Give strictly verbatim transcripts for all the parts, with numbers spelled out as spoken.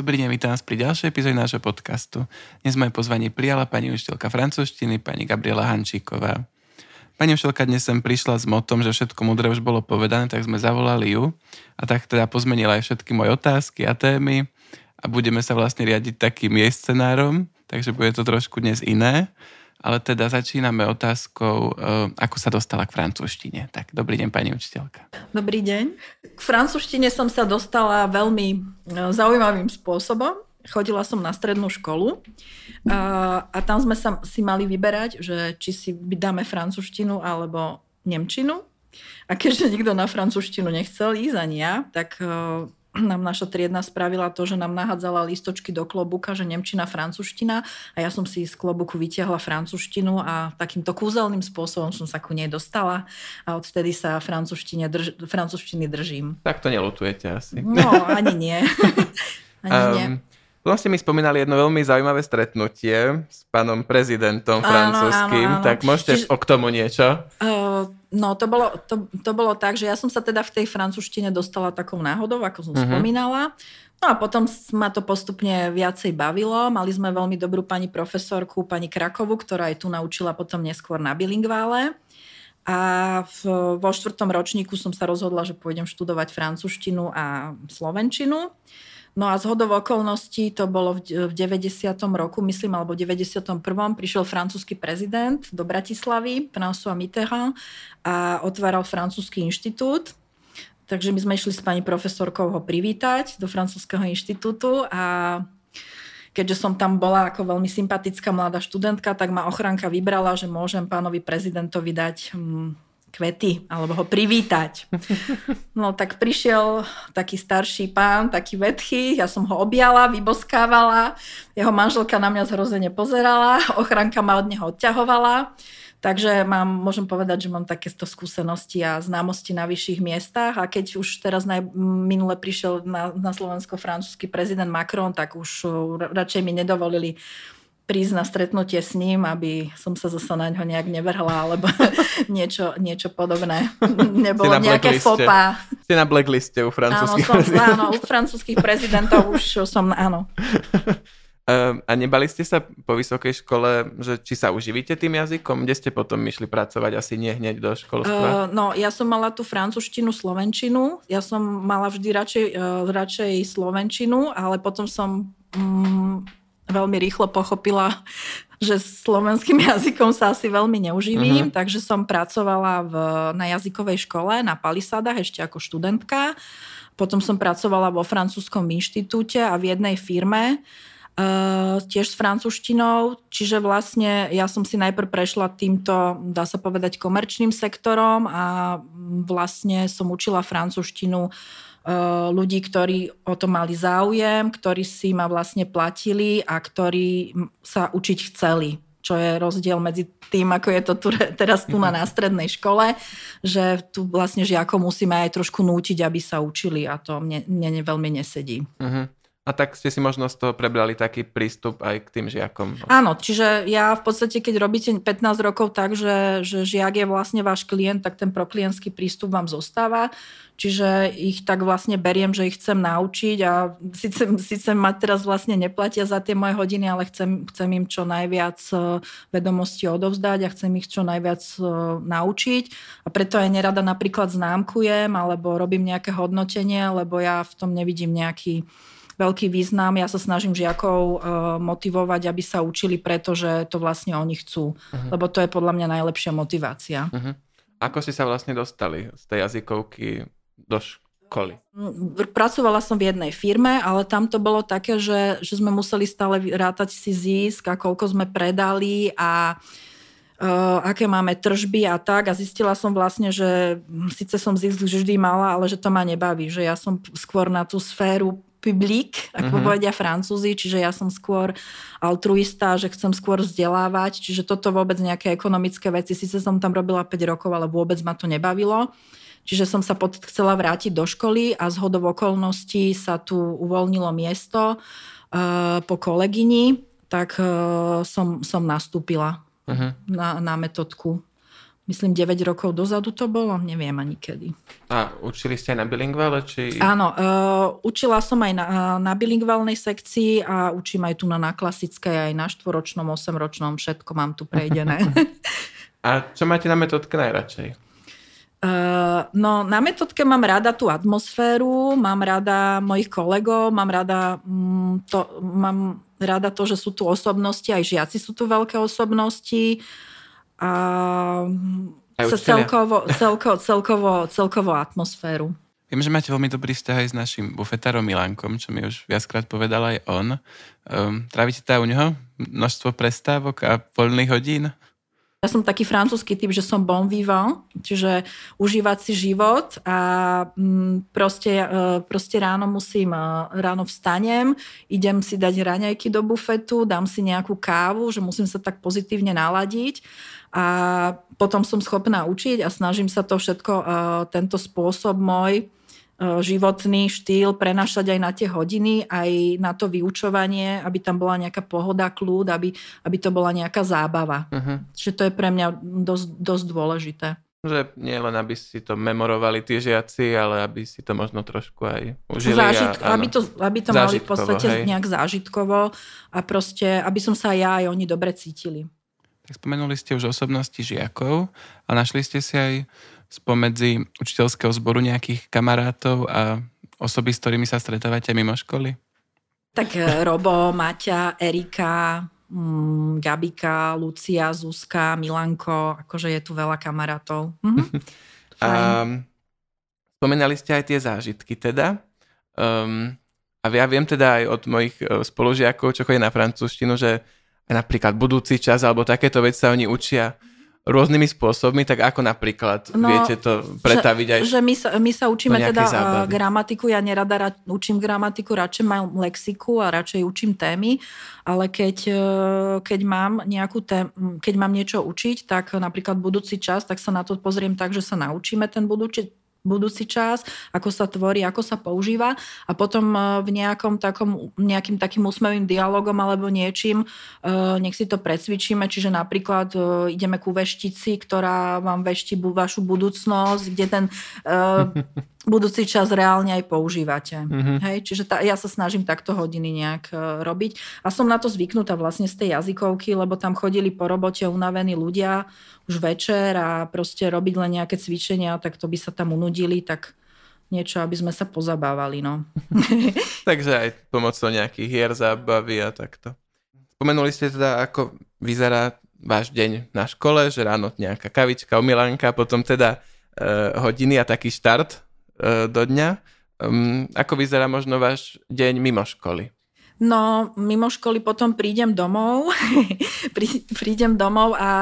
Dobrý deň, vítam vás pri ďalšej epizóde nášho podcastu. Dnes moje pozvanie prijala pani učiteľka francúzštiny, pani Gabriela Hančíková. Pani učiteľka dnes sem prišla s motom, že všetko múdre už bolo povedané, tak sme zavolali ju a tak teda pozmenila aj všetky moje otázky a témy a budeme sa vlastne riadiť takým jej scenárom, takže bude to trošku dnes iné. Ale teda začíname otázkou, ako sa dostala k francúzštine. Tak, dobrý deň, pani učiteľka. Dobrý deň. K francúzštine som sa dostala veľmi zaujímavým spôsobom. Chodila som na strednú školu a, a tam sme sa si mali vyberať, že či si dáme francúzštinu alebo nemčinu. A keďže nikto na francúzštinu nechcel ísť, ani ja, tak nám naša triedna spravila to, že nám nahádzala listočky do klobúka, že nemčina, francúzština a ja som si z klobúku vytiahla francúzštinu a takýmto kúzelným spôsobom som sa ku nej dostala a odtedy sa francúzštine drž- francúzštiny držím. Tak to neľutujete asi. No, ani nie. ani um, nie. Potom ste mi spomínali jedno veľmi zaujímavé stretnutie s pánom prezidentom francúzským, áno, áno, áno. Tak môžete Čiže, k tomu niečo? Uh, no, to bolo, to, to bolo tak, že ja som sa teda v tej francúzštine dostala takou náhodou, ako som uh-huh. spomínala. No a potom ma to postupne viacej bavilo. Mali sme veľmi dobrú pani profesorku, pani Krakovu, ktorá aj tu naučila potom neskôr na bilingvále. A v, vo štvrtom ročníku som sa rozhodla, že pôjdem študovať francúzštinu a slovenčinu. No a zhodou okolností to bolo v deväťdesiatom roku, myslím, alebo deväťdesiatom prvom prišiel francúzsky prezident do Bratislavy, François Mitterrand, a otváral francúzsky inštitút. Takže my sme išli s pani profesorkou ho privítať do francúzskeho inštitútu a keďže som tam bola ako veľmi sympatická mladá študentka, tak ma ochranka vybrala, že môžem pánovi prezidentovi dať hm, kvety, alebo ho privítať. No tak prišiel taký starší pán, taký vetchý, ja som ho objala, vyboskávala, jeho manželka na mňa zhrozene pozerala, ochranka ma od neho odťahovala, takže mám, môžem povedať, že mám takéto skúsenosti a známosti na vyšších miestach a keď už teraz naj, minule prišiel na, na Slovensko francúzsky prezident Macron, tak už radšej mi nedovolili prísť na stretnutie s ním, aby som sa zase na ňo nejak nevrhla, alebo niečo, niečo podobné. Nebolo nejaké fopa. Ste na blackliste u francúzskych áno, prezidentov. Áno, u francúzskych prezidentov už som, áno. A nebali ste sa po vysokej škole, že či sa uživíte tým jazykom? Kde ste potom išli pracovať? Asi nie hneď do školstva? Uh, no, ja som mala tú francúzštinu, slovenčinu. Ja som mala vždy radšej, uh, radšej slovenčinu, ale potom som... Um, veľmi rýchlo pochopila, že slovenským jazykom sa asi veľmi neuživím, uh-huh. takže som pracovala v, na jazykovej škole na Palisádach ešte ako študentka. Potom som pracovala vo francúzskom inštitúte a v jednej firme uh, tiež s francúzštinou, čiže vlastne ja som si najprv prešla týmto, dá sa povedať, komerčným sektorom a vlastne som učila francúzštinu ľudí, ktorí o to mali záujem, ktorí si ma vlastne platili a ktorí sa učiť chceli. Čo je rozdiel medzi tým, ako je to tu, teraz tu na strednej škole, že tu vlastne žiakov musíme aj trošku nútiť, aby sa učili a to mne, mne veľmi nesedí. Uh-huh. A tak ste si možno z toho prebrali taký prístup aj k tým žiakom. Áno, čiže ja v podstate, keď robíte pätnásť rokov tak, že, že žiak je vlastne váš klient, tak ten proklientský prístup vám zostáva. Čiže ich tak vlastne beriem, že ich chcem naučiť a síce, síce ma teraz vlastne neplatia za tie moje hodiny, ale chcem, chcem im čo najviac vedomostí odovzdať a chcem ich čo najviac naučiť. A preto aj nerada napríklad známkujem alebo robím nejaké hodnotenie, lebo ja v tom nevidím nejaký veľký význam. Ja sa snažím žiakov motivovať, aby sa učili, pretože to vlastne oni chcú. Uh-huh. Lebo to je podľa mňa najlepšia motivácia. Uh-huh. Ako ste sa vlastne dostali z tej jazykovky do školy? Pracovala som v jednej firme, ale tam to bolo také, že, že sme museli stále rátať si zisk a koľko sme predali a uh, aké máme tržby a tak. A zistila som vlastne, že síce som zisk vždy mala, ale že to ma nebaví. Že ja som skôr na tú sféru publik, ako uh-huh. povedia Francúzi, čiže ja som skôr altruista, že chcem skôr vzdelávať, čiže toto vôbec nejaké ekonomické veci. Síce som tam robila päť rokov, ale vôbec ma to nebavilo. Čiže som sa pod, chcela vrátiť do školy a zhodou okolností sa tu uvoľnilo miesto uh, po kolegyni, tak uh, som, som nastúpila uh-huh. na, na metodku. myslím deväť rokov dozadu to bolo, neviem ani kedy. A učili ste aj na bilingvále? Či... Áno, uh, učila som aj na, na bilingválnej sekcii a učím aj tu na, na klasickej, aj na štvoročnom, osemročnom, všetko mám tu prejdené. A čo máte na metodke najradšej? Uh, no, na metodke mám rada tú atmosféru, mám rada mojich kolegov, mám rada, mm, to, mám rada to, že sú tu osobnosti, aj žiaci sú tu veľké osobnosti. A celkovo, celko, celkovo, celkovo atmosféru. Viem, že máte veľmi dobrý vzťah aj s našim bufetárom Milankom, čo mi už viackrát povedal aj on. Um, trávite teda u neho množstvo prestávok a voľných hodín? Ja som taký francúzsky typ, že som bon vivant, čiže užívať si život a proste, proste ráno musím, ráno vstanem, idem si dať raňajky do bufetu, dám si nejakú kávu, že musím sa tak pozitívne naladiť a potom som schopná učiť a snažím sa to všetko, tento spôsob môj životný štýl prenášať aj na tie hodiny, aj na to vyučovanie, aby tam bola nejaká pohoda, kľud, aby, aby to bola nejaká zábava. Uh-huh. Čiže to je pre mňa dosť, dosť dôležité. Že nie len, aby si to memorovali tí žiaci, ale aby si to možno trošku aj užili. Zážitk, a, aby to, aby to mali v podstate hej. nejak zážitkovo a proste, aby som sa ja aj oni dobre cítili. Tak spomenuli ste už osobnosti žiakov a našli ste si aj spomedzi učiteľského zboru nejakých kamarátov a osoby, s ktorými sa stretávate mimo školy? Tak Robo, Maťa, Erika, Gabika, Lucia, Zuzka, Milanko, akože je tu veľa kamarátov. Mhm. A spomenali ste aj tie zážitky teda. Um, a ja viem teda aj od mojich spolužiakov, čo chodí na francúzštinu, že aj napríklad budúci čas alebo takéto veci sa oni učia rôznymi spôsobmi, tak ako napríklad no, viete to pretaviť aj... Že my sa, my sa učíme teda zábavy. Gramatiku, ja nerada ra, učím gramatiku, radšej mám lexiku a radšej učím témy, ale keď, keď mám nejakú tém, keď mám niečo učiť, tak napríklad budúci čas, tak sa na to pozriem tak, že sa naučíme ten budúci budúci čas, ako sa tvorí, ako sa používa a potom v nejakom takom, nejakým takým úsmevým dialogom alebo niečím nech si to precvičíme, čiže napríklad ideme ku veštici, ktorá vám veští vašu budúcnosť, kde ten budúci čas reálne aj používate. Mm-hmm. Hej? Čiže tá, ja sa snažím takto hodiny nejak robiť a som na to zvyknutá vlastne z tej jazykovky, lebo tam chodili po robote unavení ľudia už večer a proste robiť len nejaké cvičenia, tak to by sa tam unudili, tak niečo, aby sme sa pozabávali. No. Takže aj pomocou nejakých hier, zábavy a takto. Spomenuli ste teda, ako vyzerá váš deň na škole, že ráno nejaká kavička, omielanka, potom teda e, hodiny a taký štart e, do dňa. Um, ako vyzerá možno váš deň mimo školy? No, mimo školy potom prídem domov. Prí, prídem domov a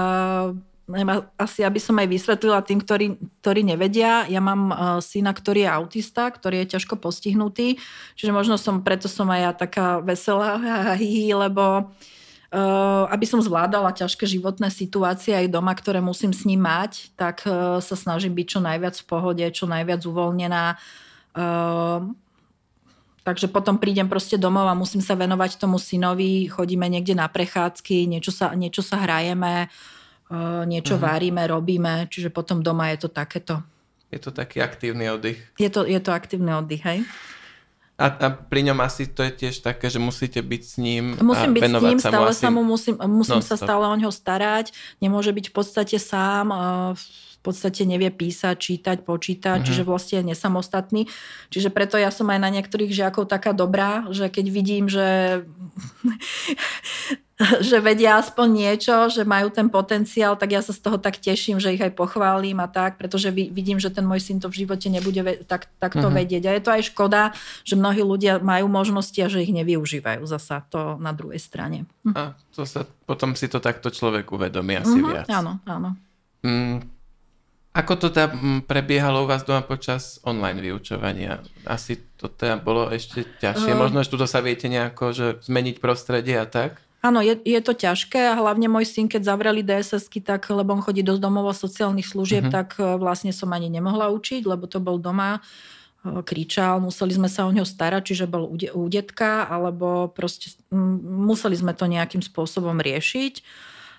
uh, asi aby som aj vysvetlila tým, ktorí, ktorí nevedia. Ja mám uh, syna, ktorý je autista, ktorý je ťažko postihnutý. Čiže možno som, preto som aj ja taká veselá, lebo uh, aby som zvládala ťažké životné situácie aj doma, ktoré musím s ním mať, tak uh, sa snažím byť čo najviac v pohode, čo najviac uvoľnená. Uh, Takže potom prídem proste domov a musím sa venovať tomu synovi, chodíme niekde na prechádzky, niečo sa, niečo sa hrajeme, niečo uh-huh. varíme, robíme, čiže potom doma je to takéto. Je to taký aktívny oddych. Je to, je to aktívny oddych, hej. A, a pri ňom asi to je tiež také, že musíte byť s ním musím a byť venovať s ním, sa stále asi... sa mu musím, musím no, sa stále o ňoho starať, nemôže byť v podstate sám, v podstate nevie písať, čítať, počítať, mm-hmm. čiže vlastne je nesamostatný. Čiže preto ja som aj na niektorých žiakov taká dobrá, že keď vidím, že, že vedia aspoň niečo, že majú ten potenciál, tak ja sa z toho tak teším, že ich aj pochválim a tak, pretože vidím, že ten môj syn to v živote nebude tak, takto mm-hmm. vedieť. A je to aj škoda, že mnohí ľudia majú možnosti a že ich nevyužívajú zasa to na druhej strane. A to sa, potom si to takto človek uvedomí asi mm-hmm. viac. Áno, áno. Mm. Ako to teda prebiehalo u vás doma počas online vyučovania? Asi to teda bolo ešte ťažšie. Možno, že tuto sa viete nejako že zmeniť prostredie a tak? Áno, je, je to ťažké a hlavne môj syn, keď zavreli dé es esky, tak, lebo on chodí do domov sociálnych služieb, uh-huh. tak vlastne som ani nemohla učiť, lebo to bol doma, kričal, museli sme sa o ňo starať, čiže bol u, de- u detka, alebo proste museli sme to nejakým spôsobom riešiť.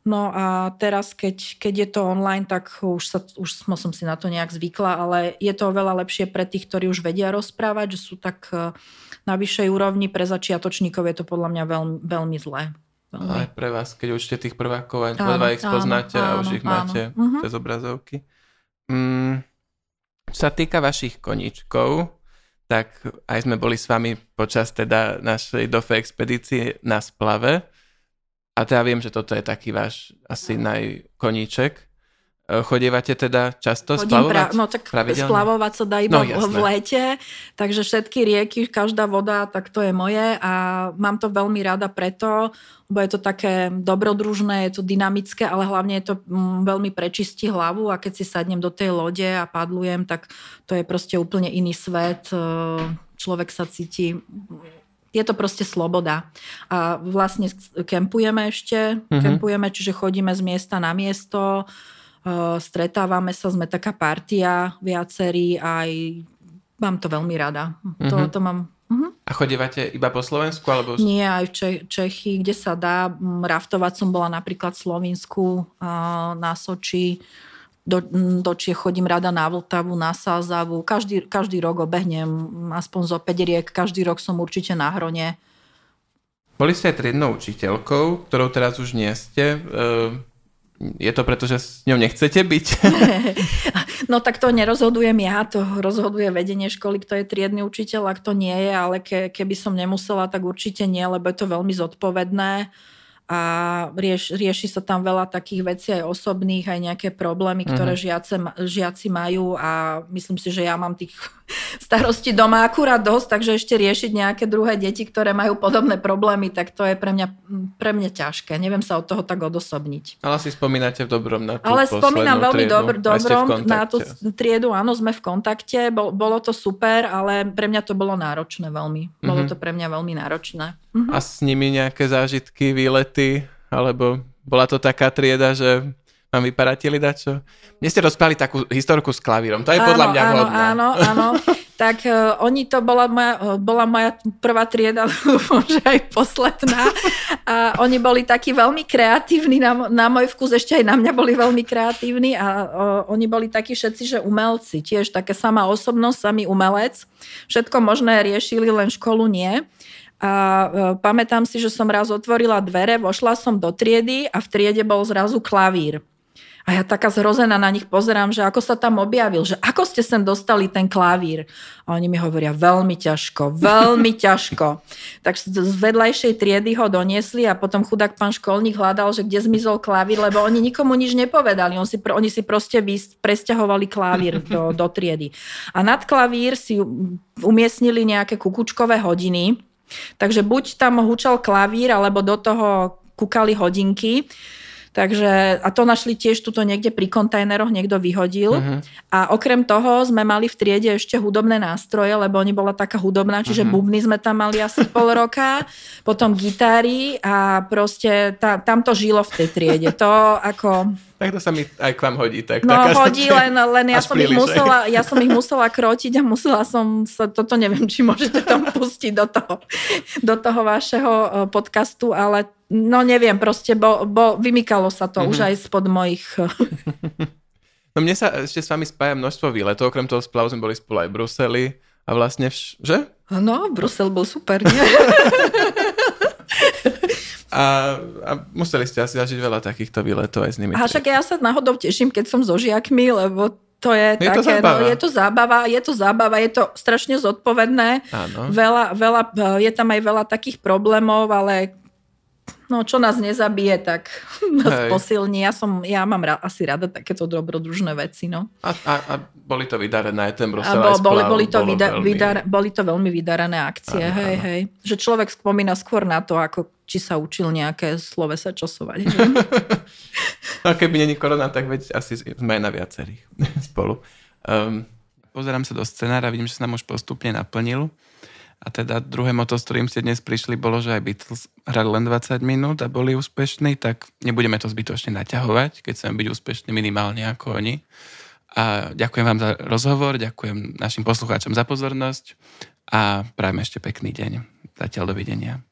No a teraz, keď, keď je to online, tak už, sa, už som si na to nejak zvykla, ale je to oveľa lepšie pre tých, ktorí už vedia rozprávať, že sú tak na vyššej úrovni. Pre začiatočníkov je to podľa mňa veľmi, veľmi zlé. Veľmi. Aj pre vás, keď učíte tých prvákov, lebo ich spoznáte áno, a už ich áno. máte uh-huh. cez obrazovky. Mm, čo sa týka vašich koníčkov, tak aj sme boli s vami počas teda našej dofe expedície na splave. A teda viem, že toto je taký váš asi najkoníček. Chodievate teda často Chodím splavovať? Pra, no tak pravidelne? Splavovať sa dá iba no, v lete, takže všetky rieky, každá voda, tak to je moje a mám to veľmi rada preto, lebo je to také dobrodružné, je to dynamické, ale hlavne je to mm, veľmi prečistí hlavu a keď si sadnem do tej lode a padlujem, tak to je proste úplne iný svet. Človek sa cíti... Je to proste sloboda. A vlastne kempujeme ešte, mm-hmm. kempujeme, čiže chodíme z miesta na miesto, uh, stretávame sa, sme taká partia viacerí, aj mám to veľmi rada. Mm-hmm. To, to mám... Uh-huh. A chodívate iba po Slovensku? Alebo... Nie, aj v Če- Čechy, kde sa dá. Raftovať som bola napríklad v Slovinsku, uh, na Soči. Do, do Čiech chodím rada na Vltavu, na Sázavu. Každý, každý rok obehnem aspoň zo päť riek. Každý rok som určite na Hrone. Boli ste aj triednou učiteľkou, ktorou teraz už nie ste. Je to preto, že s ňou nechcete byť? No tak to nerozhodujem ja, to rozhoduje vedenie školy, kto je triedny učiteľ a kto nie je, ale ke, keby som nemusela, tak určite nie, lebo je to veľmi zodpovedné. A rieš, rieši sa tam veľa takých vecí aj osobných, aj nejaké problémy, ktoré uh-huh. žiace, žiaci majú a myslím si, že ja mám tých starostí doma akurát dosť, takže ešte riešiť nejaké druhé deti, ktoré majú podobné problémy, tak to je pre mňa, pre mňa ťažké. Neviem sa od toho tak odosobniť. Ale si spomínate v dobrom na tú Ale spomínam veľmi triedu. Dobr, dobrom na tú triedu, áno, sme v kontakte, bol, bolo to super, ale pre mňa to bolo náročné veľmi. Bolo uh-huh. to pre mňa veľmi náročné. Uh-huh. A s nimi nejaké zážitky, výlety, alebo bola to taká trieda, že vám vyparatili dačo? Mne ste rozprávali takú historku s klavírom. To je áno, podľa mňa áno, vhodné. Áno, áno. Tak uh, oni to bola moja, bola moja prvá trieda, že aj posledná. A oni boli takí veľmi kreatívni na, na môj vkus, ešte aj na mňa boli veľmi kreatívni a uh, oni boli takí všetci, že umelci. Tiež také sama osobnosť, samý umelec. Všetko možné riešili, len školu nie. A uh, pamätám si, že som raz otvorila dvere, vošla som do triedy a v triede bol zrazu klavír. A ja taká zhrozená na nich pozerám, že ako sa tam objavil, že ako ste sem dostali ten klavír. A oni mi hovoria, veľmi ťažko, veľmi ťažko. Tak z vedľajšej triedy ho doniesli a potom chudák pán školník hľadal, že kde zmizol klavír, lebo oni nikomu nič nepovedali. On si, oni si proste presťahovali klavír do, do triedy. A nad klavír si umiestnili nejaké kukučkové hodiny, takže buď tam hučal klavír, alebo do toho kúkali hodinky. Takže, a to našli tiež tuto niekde pri kontajneroch, niekto vyhodil. Uh-huh. A okrem toho sme mali v triede ešte hudobné nástroje, lebo oni bola taká hudobná, čiže uh-huh. bubny sme tam mali asi pol roka, potom gitári a proste tá, tam to žilo v tej triede. To ako... Tak to sa mi aj k vám hodí. Tak, no hodí, len, len ja, som ich musela, ja som ich musela krotiť a musela som sa, toto neviem, či môžete tam pustiť do toho, do toho vašeho podcastu, ale no neviem, proste bo, bo, vymykalo sa to mm-hmm. už aj spod mojich... No mne sa ešte s vami spája množstvo výletov, okrem toho splavu sme boli spolu aj v Bruseli a vlastne, vš- že? No, Brusel bol super, nie? A, a museli ste asi zažiť veľa takýchto výletov aj s nimi. A však ja sa náhodou teším, keď som so žiakmi, lebo to je, je také, to no, je to zábava, je to zábava, je to strašne zodpovedné. Áno. Veľa, veľa, je tam aj veľa takých problémov, ale no, čo nás nezabije, tak nás Hej. posilní. Ja, som, ja mám ra, asi rada takéto dobrodružné veci. No. A, a, a boli to vydarené aj ten Brusel, bo, aj boli, splav, boli, to bolo vyda, veľmi... vydar, boli to veľmi vydarané akcie. Áno, hej, áno. hej. Že človek spomína skôr na to, ako či sa učil nejaké slovesa časovať. No keby není korona, tak veď asi sme aj na viacerých spolu. Um, pozerám sa do scenára, vidím, že sa nám už postupne naplnil. A teda druhé moto, s ktorým ste dnes prišli, bolo, že aj Beatles hrali len dvadsať minút a boli úspešní, tak nebudeme to zbytočne naťahovať, keď chceme byť úspešní minimálne ako oni. A ďakujem vám za rozhovor, ďakujem našim poslucháčom za pozornosť a prajem ešte pekný deň. Zatiaľ dovidenia.